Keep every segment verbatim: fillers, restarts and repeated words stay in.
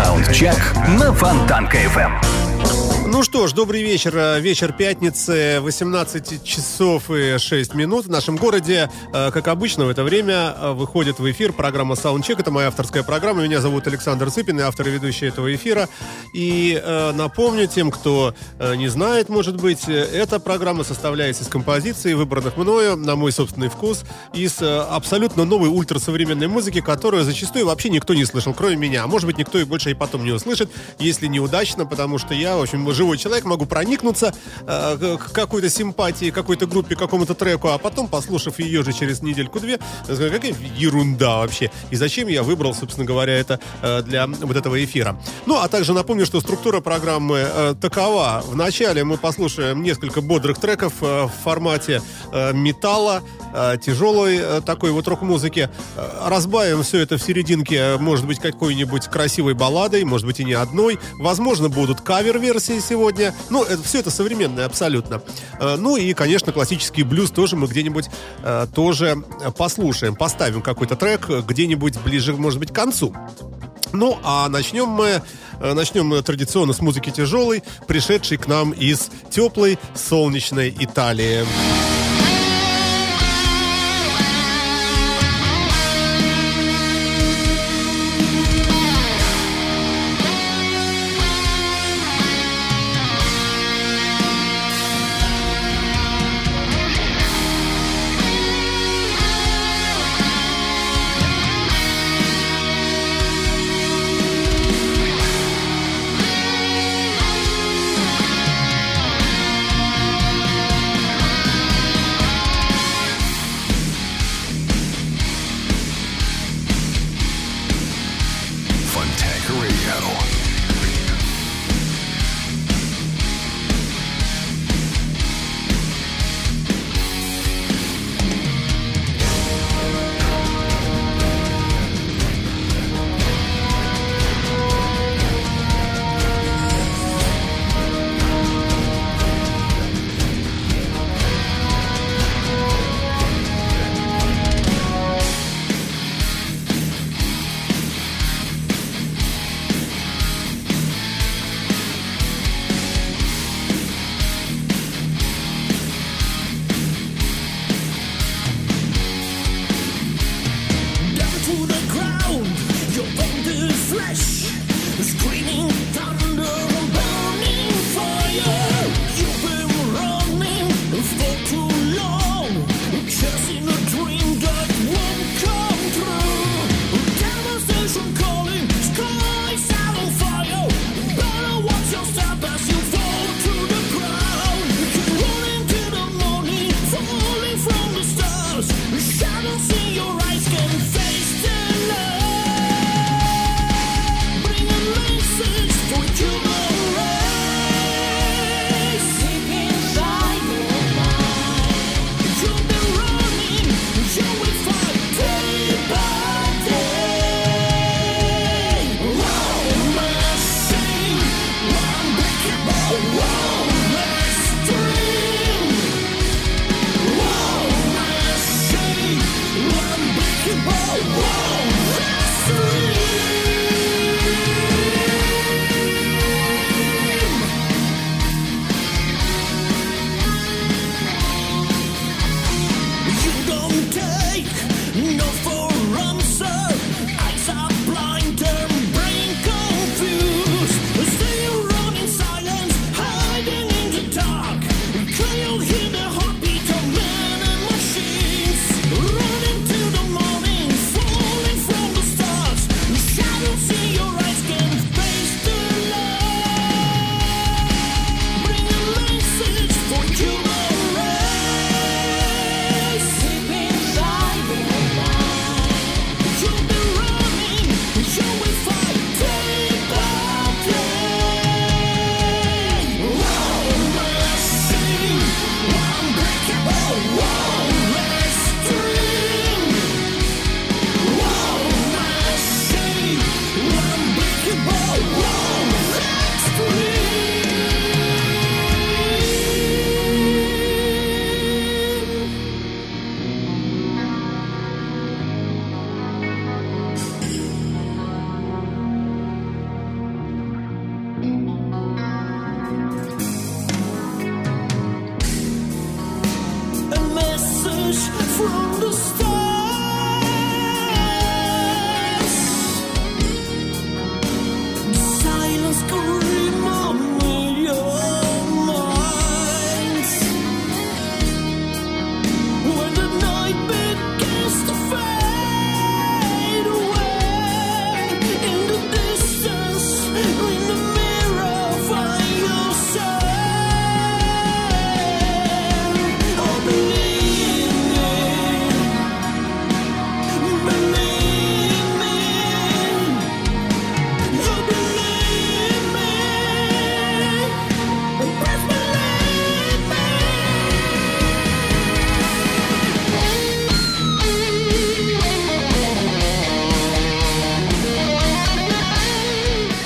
Саундчек на Фонтанка эф эм. Ну что ж, добрый вечер. Вечер пятницы, восемнадцать часов и шесть минут. В нашем городе, как обычно, в это время выходит в эфир программа «Саундчек». Это моя авторская программа. Меня зовут Александр Цыпин, я автор и ведущий этого эфира. И э, напомню тем, кто э, не знает, может быть, эта программа составляется из композиций, выбранных мною, на мой собственный вкус, из э, абсолютно новой ультрасовременной музыки, которую зачастую вообще никто не слышал, кроме меня. А может быть, никто и больше и потом не услышит, если неудачно, потому что я, в общем, живой человек, могу проникнуться э, к какой-то симпатии, какой-то группе, какому-то треку, а потом, послушав ее же через недельку-две, скажу, какая ерунда вообще. И зачем я выбрал, собственно говоря, это э, для вот этого эфира. Ну, а также напомню, что структура программы э, такова. Вначале мы послушаем несколько бодрых треков э, в формате э, металла, э, тяжелой э, такой вот рок-музыки. Э, разбавим все это в серединке, может быть, какой-нибудь красивой балладой, может быть, и не одной. Возможно, будут кавер-версии сегодня. Ну, это, все это современное абсолютно. Э, ну и, конечно, классический блюз тоже мы где-нибудь э, тоже послушаем. Поставим какой-то трек где-нибудь ближе, может быть, к концу. Ну, а начнем мы, э, начнем мы традиционно с музыки тяжелой, пришедшей к нам из теплой, солнечной Италии.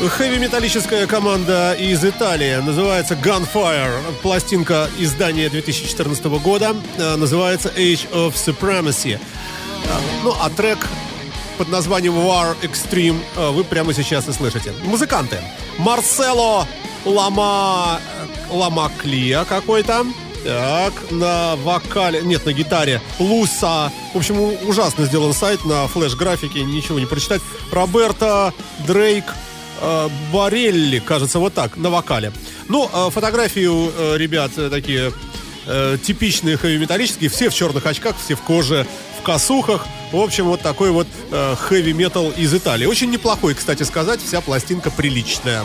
Хэви-металлическая команда из Италии, называется Gunfire. Пластинка издания две тысячи четырнадцатого года, называется Age of Supremacy. Ну, а трек под названием War Extreme вы прямо сейчас и слышите. Музыканты: Марсело Лама... Ламаклия какой-то. Так, на вокале... Нет, на гитаре Луса. В общем, ужасно сделан сайт на флеш-графике, ничего не прочитать. Роберто Дрейк э, Борелли, кажется, вот так, на вокале. Ну, э, фотографии у э, ребят такие э, типичные хэви-металлические. Все в черных очках, все в коже, в косухах. В общем, вот такой вот э, хэви-метал из Италии. Очень неплохой, кстати сказать, вся пластинка приличная.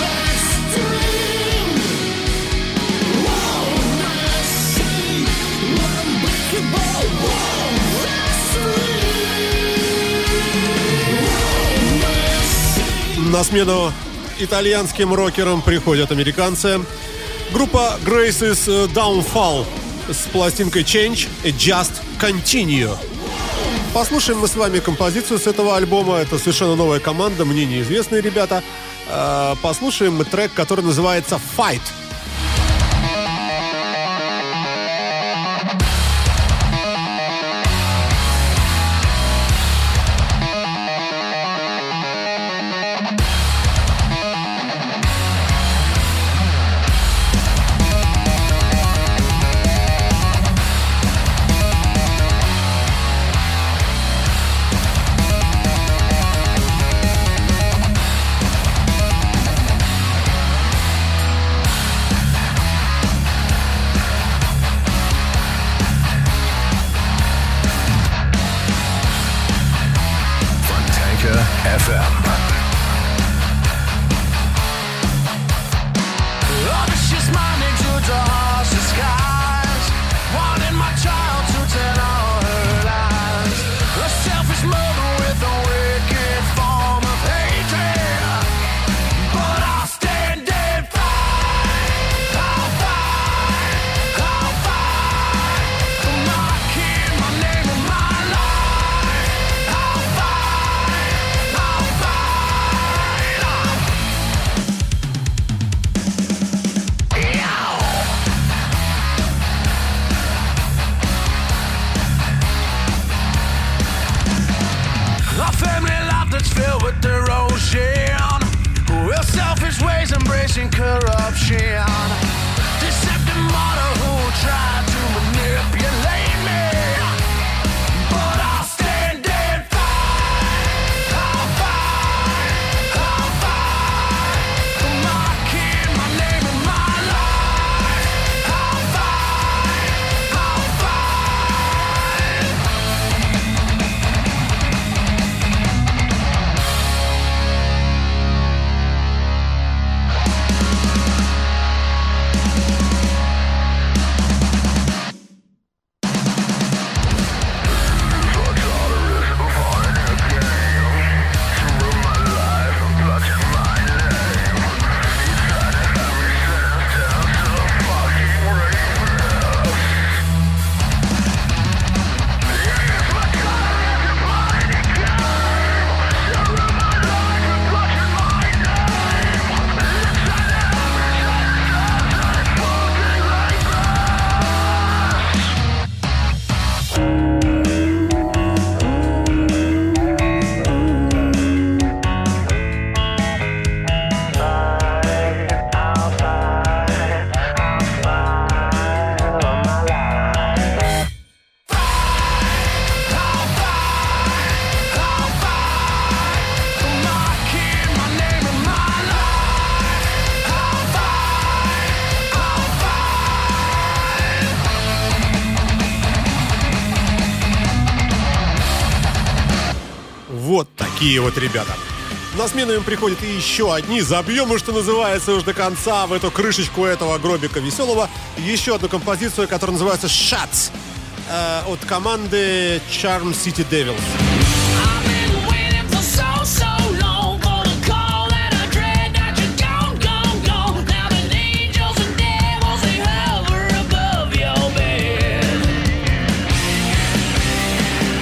На смену итальянским рокерам приходят американцы. Группа Grace's Downfall с пластинкой Change и Just Continue. Послушаем мы с вами композицию с этого альбома. Это совершенно новая команда, мне неизвестные ребята. Послушаем мы трек, который называется Fight. эф эм. Corruption, deceptive model who tried to manipulate me, but I'll stand and fight. I'll fight, I'll fight for my king, my name and my life. I'll fight, I'll fight. Вот такие вот ребята. На смену им приходят и еще одни. Забьем и, что называется, уж до конца в эту крышечку этого гробика веселого. Еще одну композицию, которая называется «Shots» э, от команды Charm City Devils.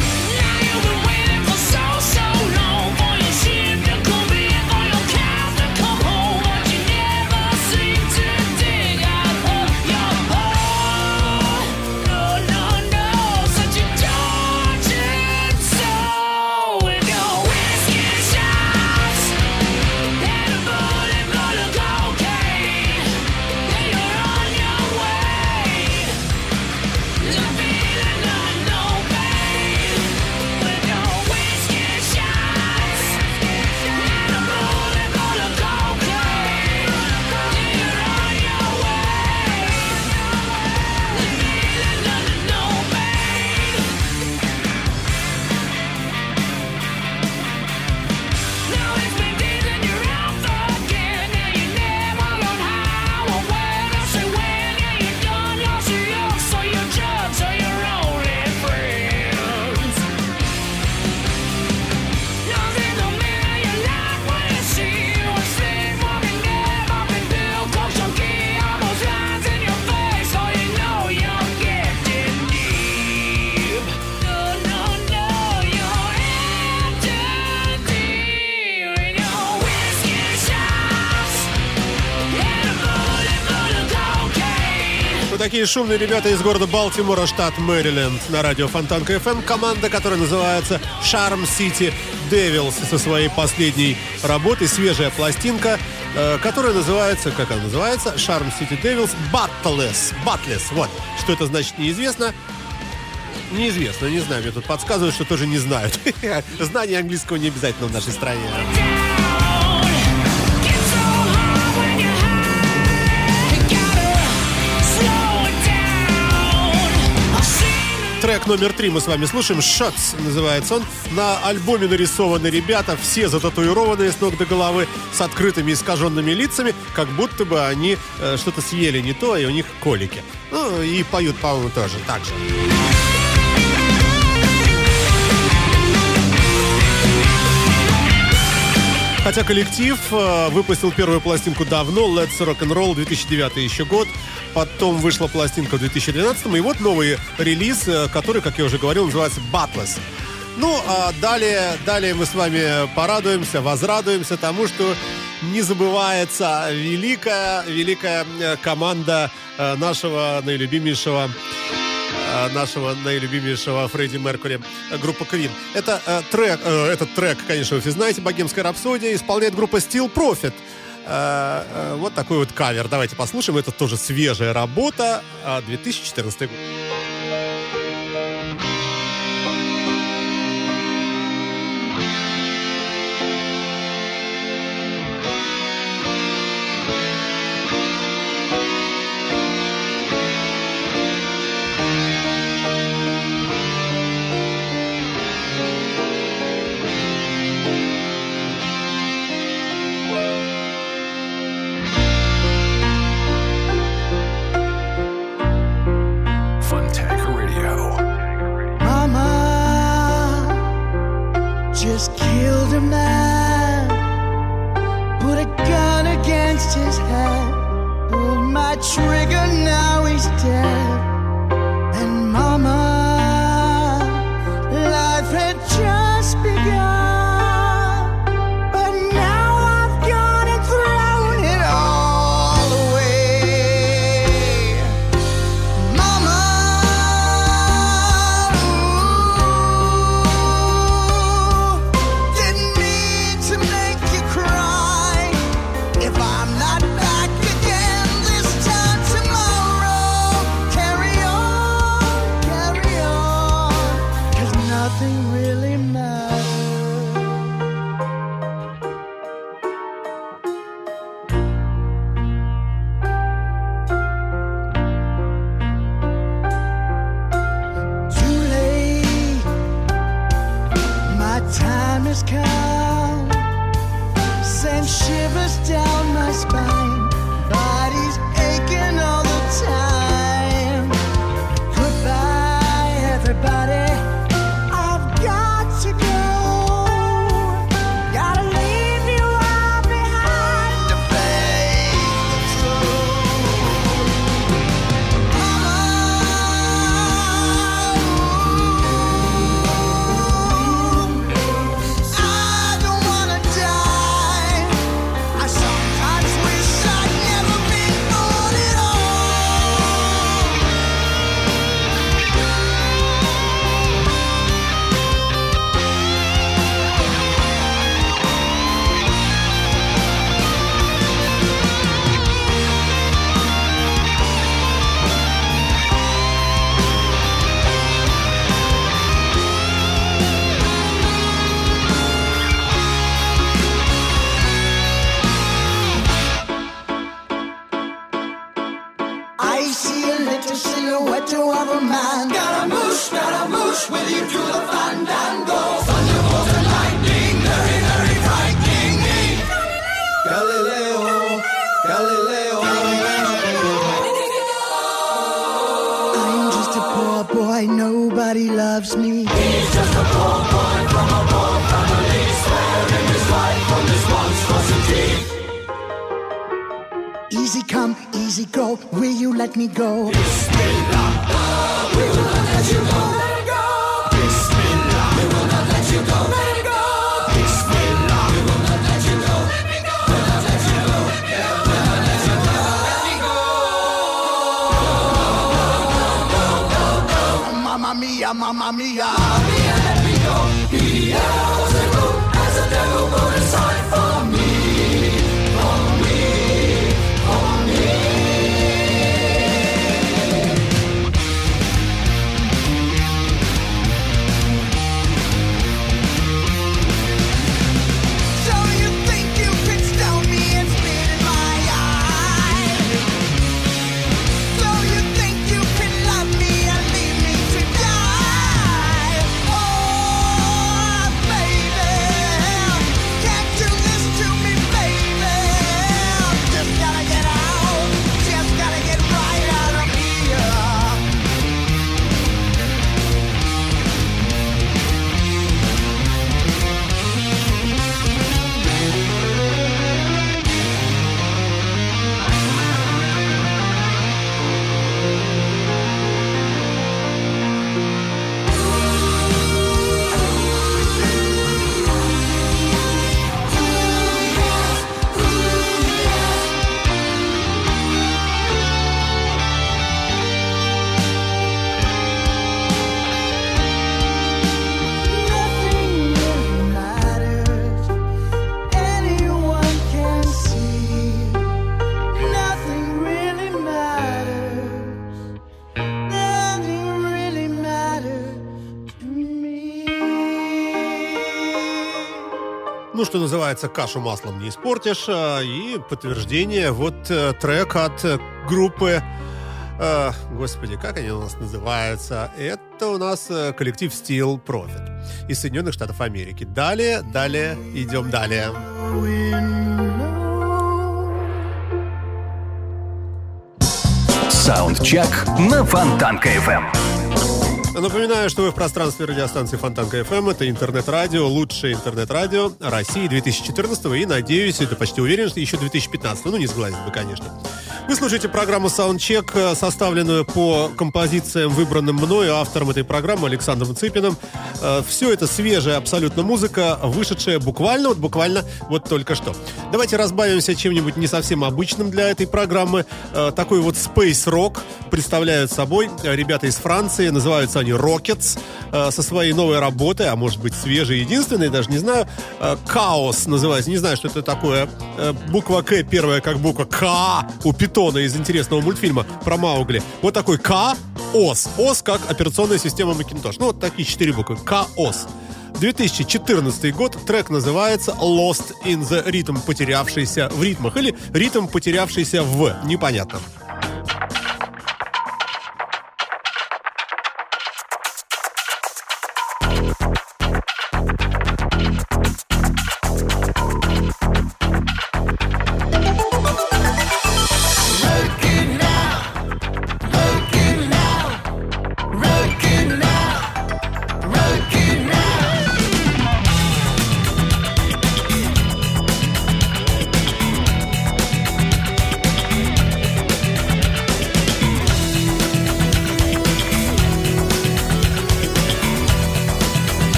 So такие шумные ребята из города Балтимора, штат Мэриленд, на радио Фонтанка эф эм. Команда, которая называется Charm City Devils, со своей последней работой, свежая пластинка, э, которая называется, как она называется? Charm City Devils Buttless. Buttless, вот. Что это значит, неизвестно. Неизвестно, не знаю. Мне тут подсказывают, что тоже не знают. Знание английского не обязательно в нашей стране. Трек номер три мы с вами слушаем. «Shots» называется он. На альбоме нарисованы ребята, все зататуированные с ног до головы, с открытыми искаженными лицами, как будто бы они э, что-то съели не то, и у них колики. Ну, и поют, по-моему, тоже так же. Хотя коллектив э, выпустил первую пластинку давно, Let's Rock'n'Roll, две тысячи девятый еще год. Потом вышла пластинка в две тысячи двенадцатом. И вот новый релиз, э, который, как я уже говорил, называется Buttless. Ну, а далее, далее мы с вами порадуемся, возрадуемся тому, что не забывается великая, великая команда э, нашего наилюбимейшего... нашего наилюбимейшего Фредди Меркьюри, группа Queen. Это э, трек, э, этот трек, конечно, вы все знаете, «Богемская рапсодия», исполняет группа Steel Prophet. Э, э, вот такой вот кавер. Давайте послушаем. Это тоже свежая работа, две тысячи четырнадцатый год. Just killed a man, put a gun against his head, pulled my trigger, now he's dead. And mama, life had just begun, but now I've gone and thrown it all away. Mama, has come, sent shivers down my spine, body's aching all the time. Goodbye, everybody, I've got to go, gotta leave you all behind to face the truth. I don't wanna die, I sometimes wish I'd never been born at all. I see a little silhouette of a man. Gotta moosh, gotta moosh with you to the fandango. Thunderbolt and lightning, very, very frightening me. Galileo, Galileo. I'm just a poor boy, nobody loves me. He's just a poor boy from a poor family, sparing his life from this monstrosity. Easy come, easy go, will you let me go? Bismillah, we will not let you go. Let it go. Bismillah, we will not let you go. Let it go. Bismillah, we will not let you go. Let me go. We'll not let you go. We'll not let you go. Let me go. mia, mamma mia. Let me go, he has a go, has a devil put aside for me, for me, for me. So you think you can stone me and spit in my eye? So you think you can love me and leave me to die? Oh, baby, can't do this to me, baby. Just gotta get out, just gotta get right out of here. Nothing really matters. Anyone can see. Nothing really matters. Nothing really matters to me. Ну, что называется, кашу маслом не испортишь. а, И подтверждение, вот э, трек от э, группы, э, господи, как они у нас называются? Это у нас э, коллектив Steel Prophet из Соединенных Штатов Америки. Далее, далее, идем далее. Саундчек на Фонтанка эф эм. Напоминаю, что вы в пространстве радиостанции Фонтанка эф эм. Это интернет-радио, лучшее интернет-радио России две тысячи четырнадцатого и, надеюсь, это почти уверен, что еще две тысячи пятнадцатого. Ну, не сглазить бы, конечно. Вы слушаете программу «Саундчек», составленную по композициям, выбранным мною, автором этой программы Александром Цыпиным. Все это свежая абсолютно музыка, вышедшая буквально, вот буквально вот только что. Давайте разбавимся чем-нибудь не совсем обычным для этой программы. Такой вот space rock представляют собой ребята из Франции. Называются они Rockets, со своей новой работой, а может быть свежей, единственной, даже не знаю. Chaos называется. Не знаю, что это такое. Буква К первая, как буква К у питона из интересного мультфильма про Маугли. Вот такой К-ос. Ос как операционная система Macintosh. Ну, вот такие четыре буквы. К-ос. две тысячи четырнадцатый год. Трек называется Lost in the Rhythm. Потерявшийся в ритмах. Или ритм, потерявшийся в. Непонятно.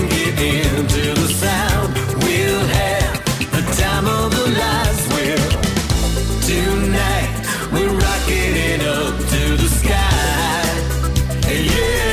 get into the sound. We'll have the time of our lives. Well, tonight we're rocking it up to the sky. Yeah.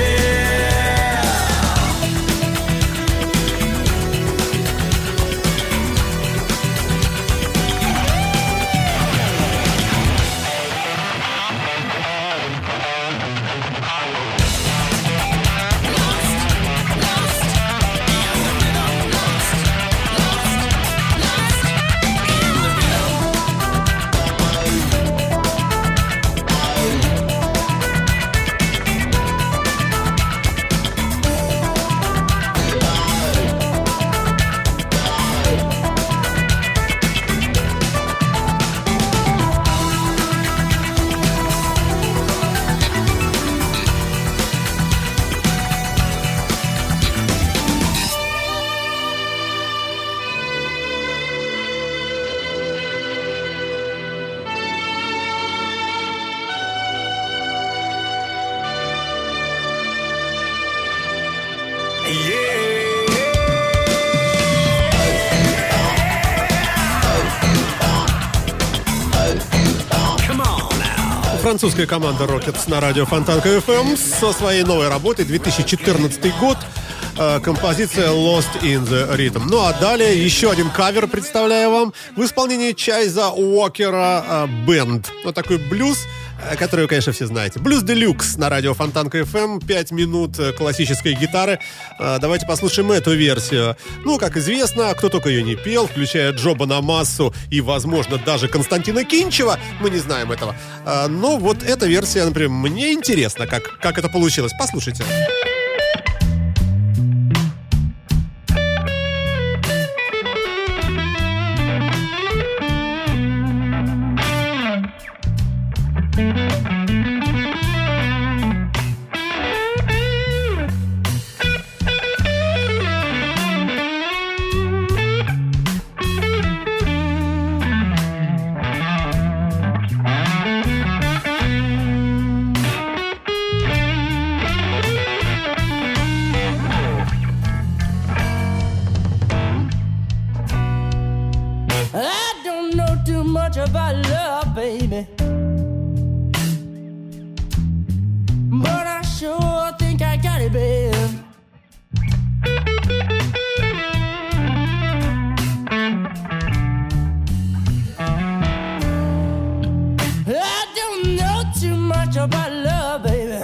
Французская команда Rockets на радио Фонтанка эф эм со своей новой работой, две тысячи четырнадцатый год, э, композиция Lost in the Rhythm. Ну а далее еще один кавер представляю вам в исполнении Чайза Уокера Бэнд. Вот такой блюз, который вы, конечно, все знаете. Блюз Делюкс на радио Фонтанка эф эм. Пять минут классической гитары. Давайте послушаем эту версию. Ну, как известно, кто только ее не пел, включая Джо Бонамассу и, возможно, даже Константина Кинчева. Мы не знаем этого. Но вот эта версия, например, мне интересно, как, как это получилось. Послушайте. About love, baby, but I sure think I got it, babe. I don't know too much about love, baby,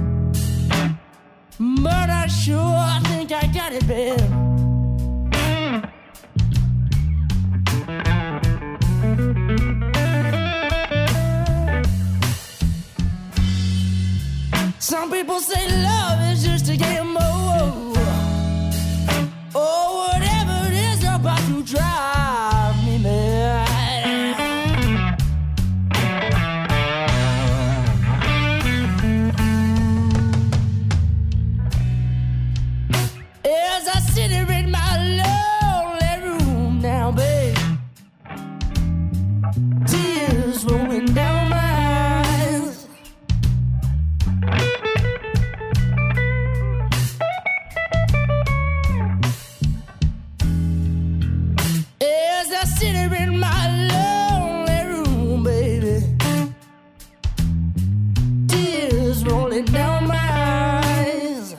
but I sure think I got it, babe. Some people say love is just a game, oh, oh, whatever it is about to drive me mad. As I sit here in my lonely room now, babe, tears rolling down my eyes. As I sit here in my lonely room, baby, tears rolling down my eyes.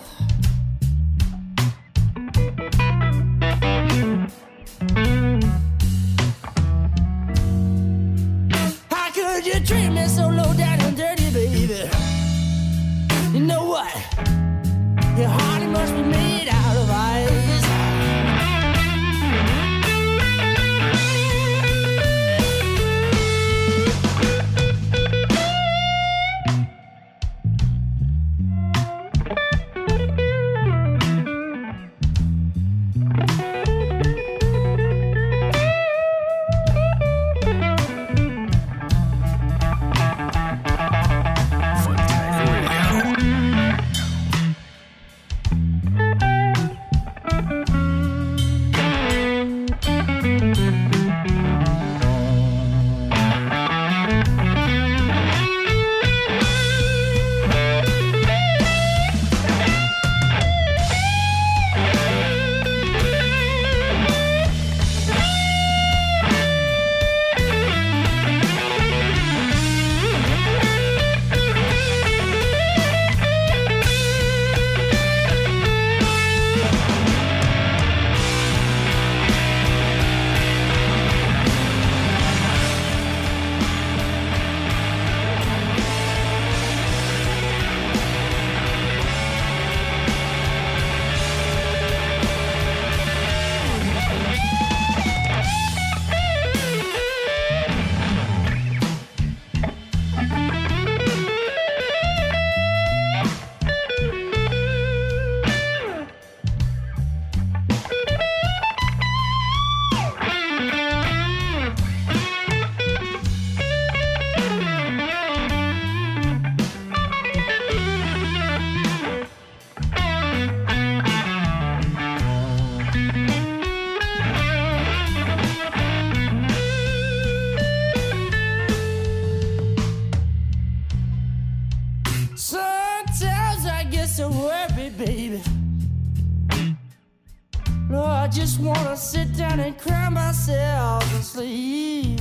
Lord, I just wanna sit down and cry myself to sleep.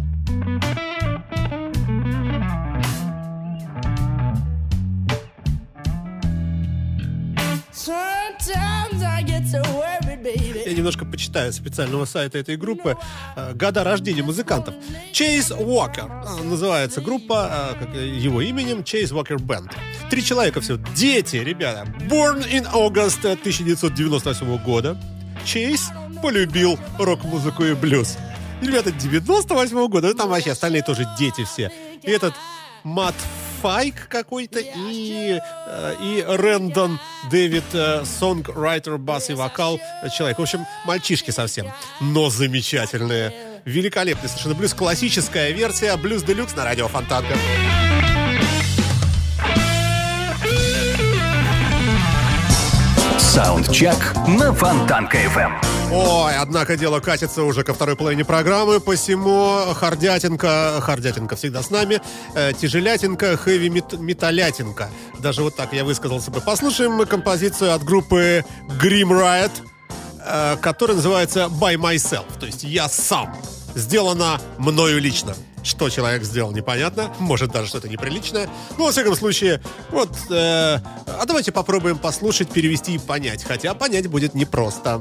Sometimes I get so worried, baby. Я немножко почитаю с официального сайта этой группы э, года рождения музыкантов. Чейз Уокер э, называется группа, э, как его именем, Чейз Уокер Band. Три человека всего. Дети, ребята. Born in August тысяча девятьсот девяносто восьмого года. Чейз полюбил рок-музыку и блюз. И ребята девяносто восьмого года, там вообще остальные тоже дети все. И этот Мат Файк какой-то и, э, и Рэндон Дэвид, э, сонграйтер, бас и вокал человек. В общем, мальчишки совсем, но замечательные. Великолепный совершенно блюз. Классическая версия Блюз Делюкс на радио Фонтанка. Саундчек на Фонтанка эф эм. Ой, однако дело катится уже ко второй половине программы, посему хардятинка, хардятинка всегда с нами, э, тяжелятинка, хэви-металятинка. Даже вот так я высказался бы. Послушаем мы композицию от группы Grim Riot, э, которая называется By Myself, то есть «Я сам». Сделана мною лично. Что человек сделал, непонятно. Может, даже что-то неприличное. Но, во всяком случае, вот... Э, а давайте попробуем послушать, перевести и понять. Хотя понять будет непросто.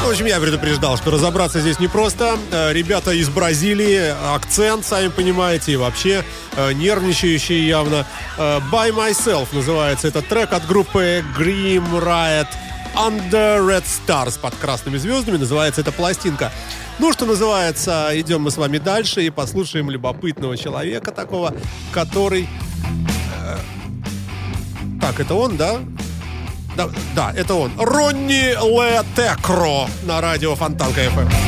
в общем, я предупреждал, что разобраться здесь непросто. Э, Ребята из Бразилии, акцент, сами понимаете, и вообще э, нервничающие явно. Э, By Myself называется этот трек от группы Grim Riot. Under Red Stars, под красными звездами, называется эта пластинка. Ну, что называется, идем мы с вами дальше и послушаем любопытного человека такого, который... Э, так, это он, да? Да, да, это он. Ронни Ле Текро на радио Фонтанка эф эм.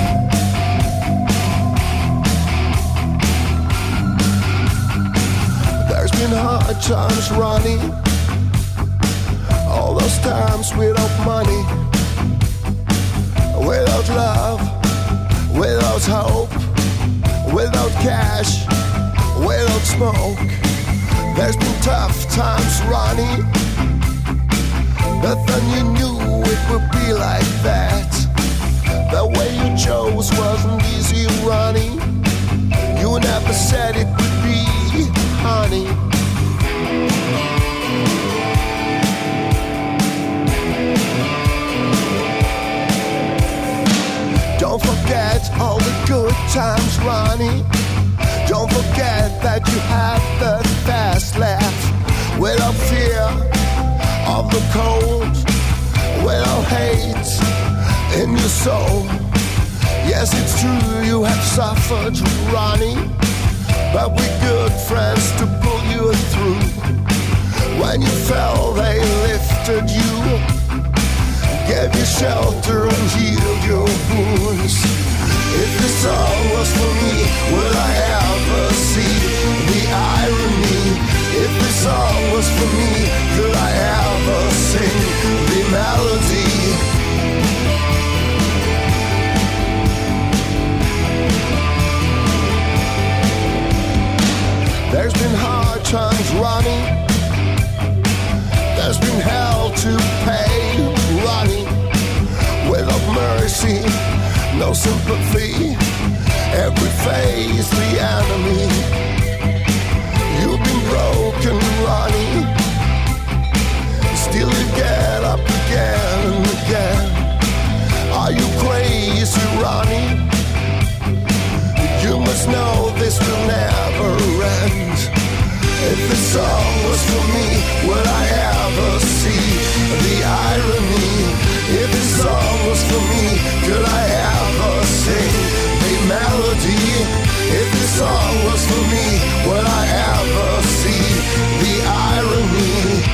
There's been hard times running, all those times without money, without love, without hope, without cash, without smoke. There's been tough times running, but then you knew it would be like that. The way you chose wasn't easy running. You never said it would be, honey. Don't forget all the good times, Ronnie. Don't forget that you had the fast laugh without fear of the cold, without hate in your soul. Yes, it's true you have suffered, Ronnie, but we're good friends to pull you through. When you fell, they lifted you, gave you shelter and healed your wounds. If this song was for me, would I ever see the irony? If this song was for me, could I ever sing the melody? There's been hard times running, there's been hell to pay running, without mercy, no sympathy, every phase the enemy. You've been broken running, still you get up again and again. Are you crazy running? You must know this will never end. If the song was for me, would I ever see the irony? If the song was for me, could I ever sing the melody? If the song was for me, would I ever see the irony?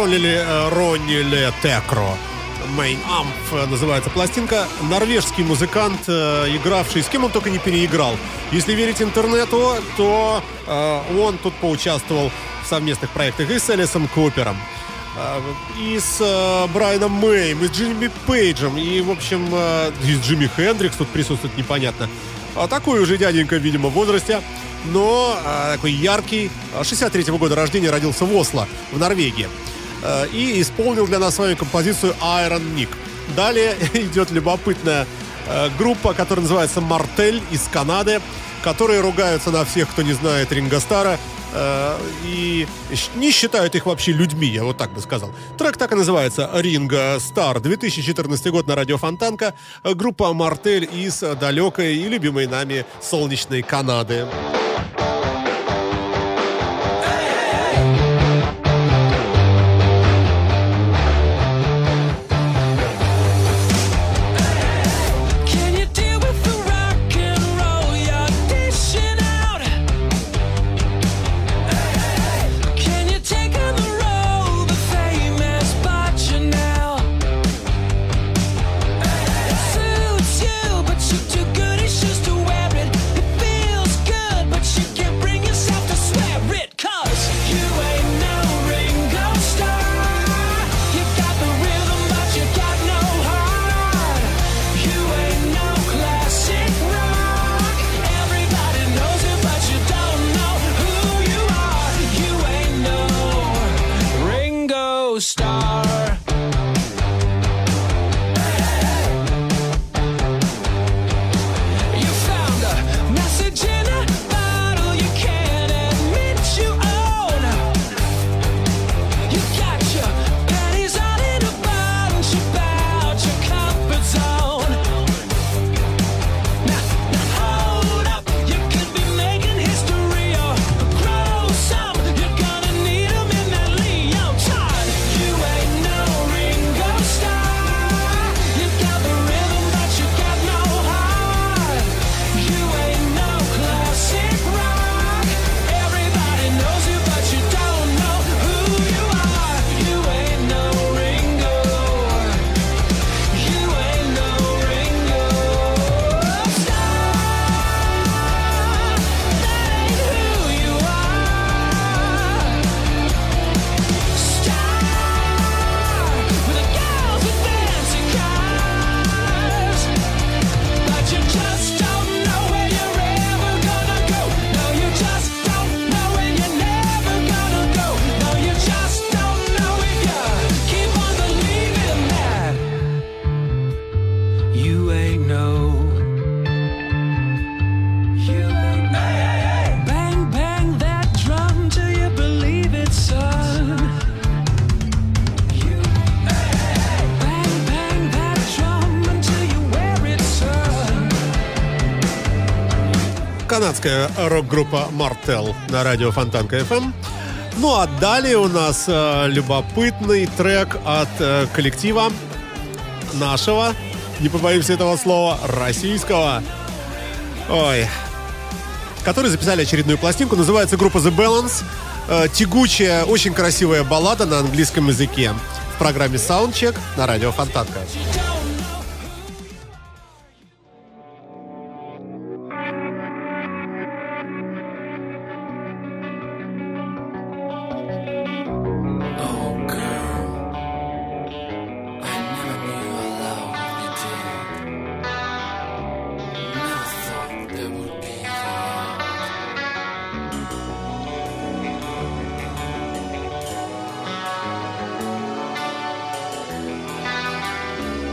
Ролли Ронни Ле Текро. Main Amp называется пластинка. Норвежский музыкант, э, игравший, с кем он только не переиграл. Если верить интернету, то э, он тут поучаствовал в совместных проектах и с Элисом Купером, э, и с э, Брайаном Мэем, и с Джимми Пейджем, и, в общем, э, и с Джимми Хендрикс тут присутствует, непонятно. А такой уже дяденька, видимо, в возрасте, но э, такой яркий. шестьдесят третьего года рождения, родился в Осло, в Норвегии. И исполнил для нас с вами композицию Iron Nick. Далее идет любопытная э, группа, которая называется Мартель, из Канады, которые ругаются на всех, кто не знает Ринго Стара, э, и не считают их вообще людьми, я вот так бы сказал. Трек так и называется «Ринго Стар», две тысячи четырнадцатый год, на радио Фонтанка. Группа Мартель из далекой и любимой нами солнечной Канады. Канадская рок-группа Мартел на радио Фонтанка эф эм. Ну а далее у нас э, любопытный трек от э, коллектива нашего, не побоимся этого слова, российского, ой, которые записали очередную пластинку. Называется группа The Balance. Э, тягучая, очень красивая баллада на английском языке в программе Soundcheck на радио Фонтанка. Thank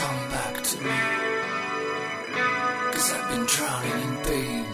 come back to me, 'cause I've been drowning in pain.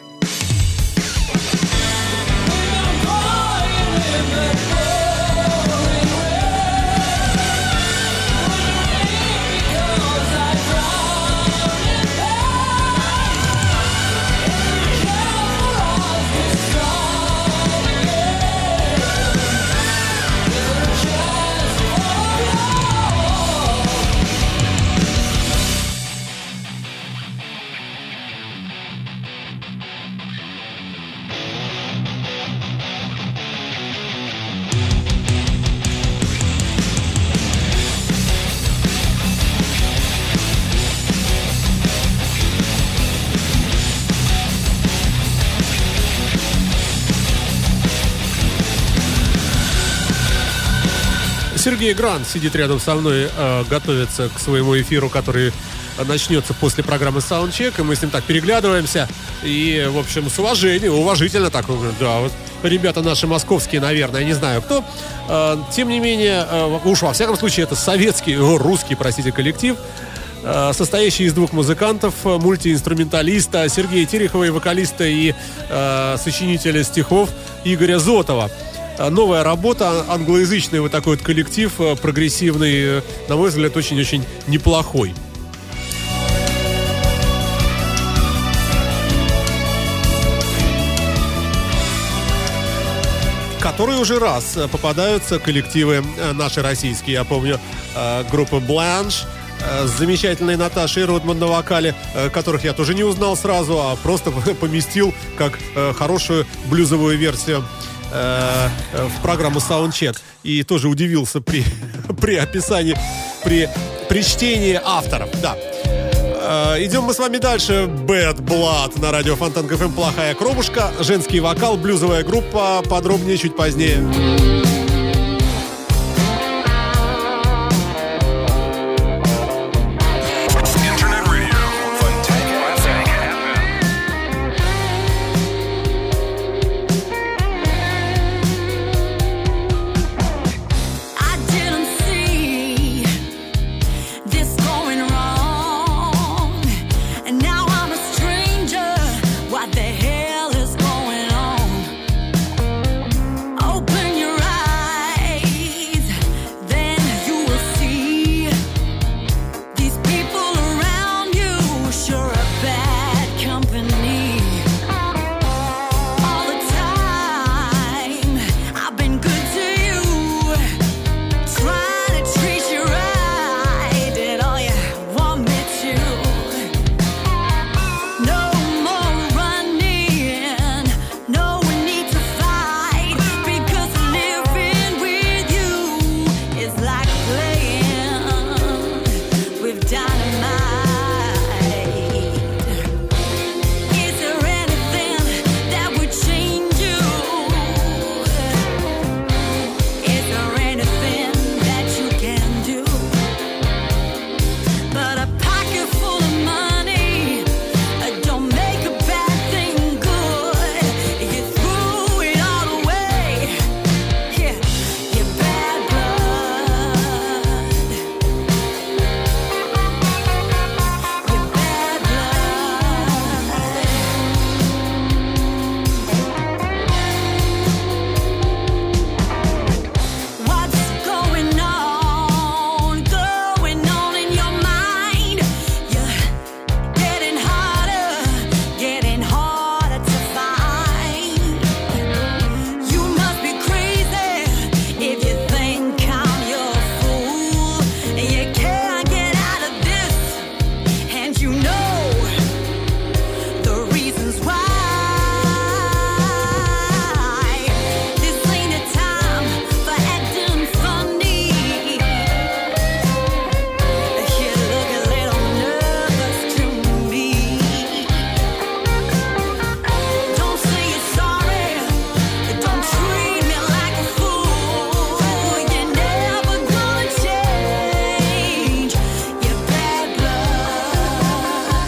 Сергей Грант сидит рядом со мной, э, готовится к своему эфиру, который начнется после программы Soundcheck, и мы с ним так переглядываемся, и, в общем, с уважением, уважительно так, да, вот ребята наши московские, наверное, не знаю кто, э, тем не менее, э, уж во всяком случае, это советский, о, русский, простите, коллектив, э, состоящий из двух музыкантов, мультиинструменталиста Сергея Терехова и вокалиста и э, сочинителя стихов Игоря Зотова. Новая работа, англоязычный вот такой вот коллектив, прогрессивный, на мой взгляд, очень-очень неплохой. Которые уже раз попадаются коллективы наши российские. Я помню группа Бланш с замечательной Наташей Родман на вокале, которых я тоже не узнал сразу, а просто поместил как хорошую блюзовую версию в программу Soundcheck. И тоже удивился при, при описании, при, при чтении авторов. Да. Идем мы с вами дальше. Bad Blood на радио Фонтанка эф эм. Плохая кровушка. Женский вокал, блюзовая группа. Подробнее чуть позднее.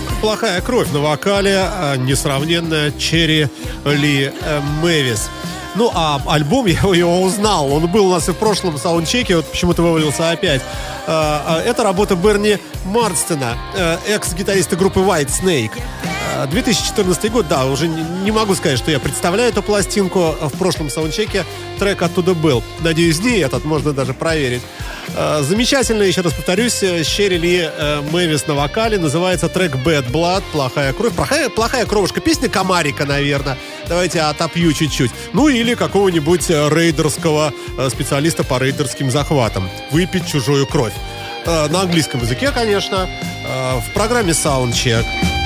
Плохая кровь на вокале, несравненная Черри Ли Мэвис. Ну, а альбом, я его узнал. Он был у нас и в прошлом саундчеке, вот почему-то вывалился опять. Это работа Берни Марстена, экс-гитариста группы White Snake. две тысячи четырнадцатый год, да, уже не могу сказать, что я представляю эту пластинку. В прошлом саундчеке трек оттуда был. Надеюсь, не этот, можно даже проверить. Замечательно, еще раз повторюсь, Шерри Ли Мэвис на вокале. Называется трек Bad Blood, плохая кровь. Плохая, плохая кровушка. Песня Комарика, наверное. Давайте отопью чуть-чуть. Ну или какого-нибудь рейдерского специалиста по рейдерским захватам. Выпить чужую кровь. На английском языке, конечно. В программе Soundcheck.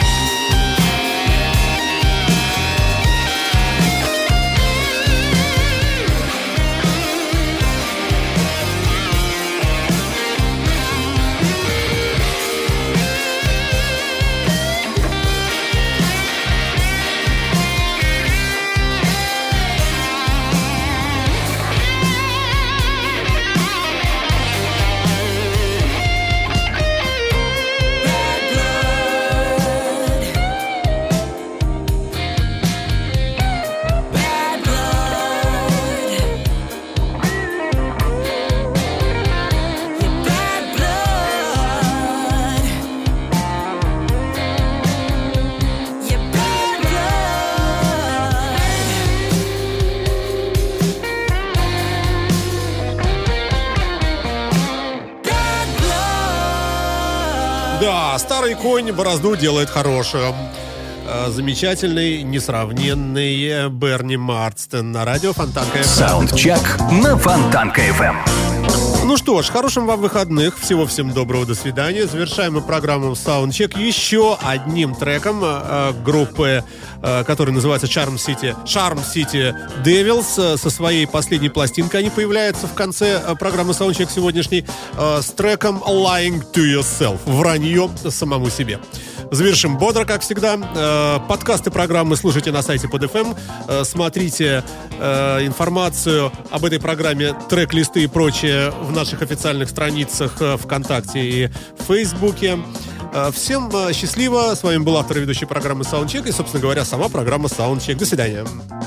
Да, старый конь борозду делает хорошим. Замечательный, несравненный Берни Марстен на радио Фонтанка эф эм. Саундчек на Фонтанка эф эм. Ну что ж, хорошим вам выходных. Всего всем доброго, до свидания. Завершаем мы программу Soundcheck еще одним треком э, группы, э, которая называется Charm City, Charm City Devils. Со своей последней пластинкой они появляются в конце э, программы Soundcheck сегодняшней э, с треком Lying to Yourself. Вранье самому себе. Завершим бодро, как всегда. Э, подкасты программы слушайте на сайте под эф эм. Э, смотрите э, информацию об этой программе, трек-листы и прочее в наших официальных страницах ВКонтакте и в Фейсбуке. Всем счастливо. С вами был автор и ведущий программы Soundcheck и, собственно говоря, сама программа Soundcheck. До свидания.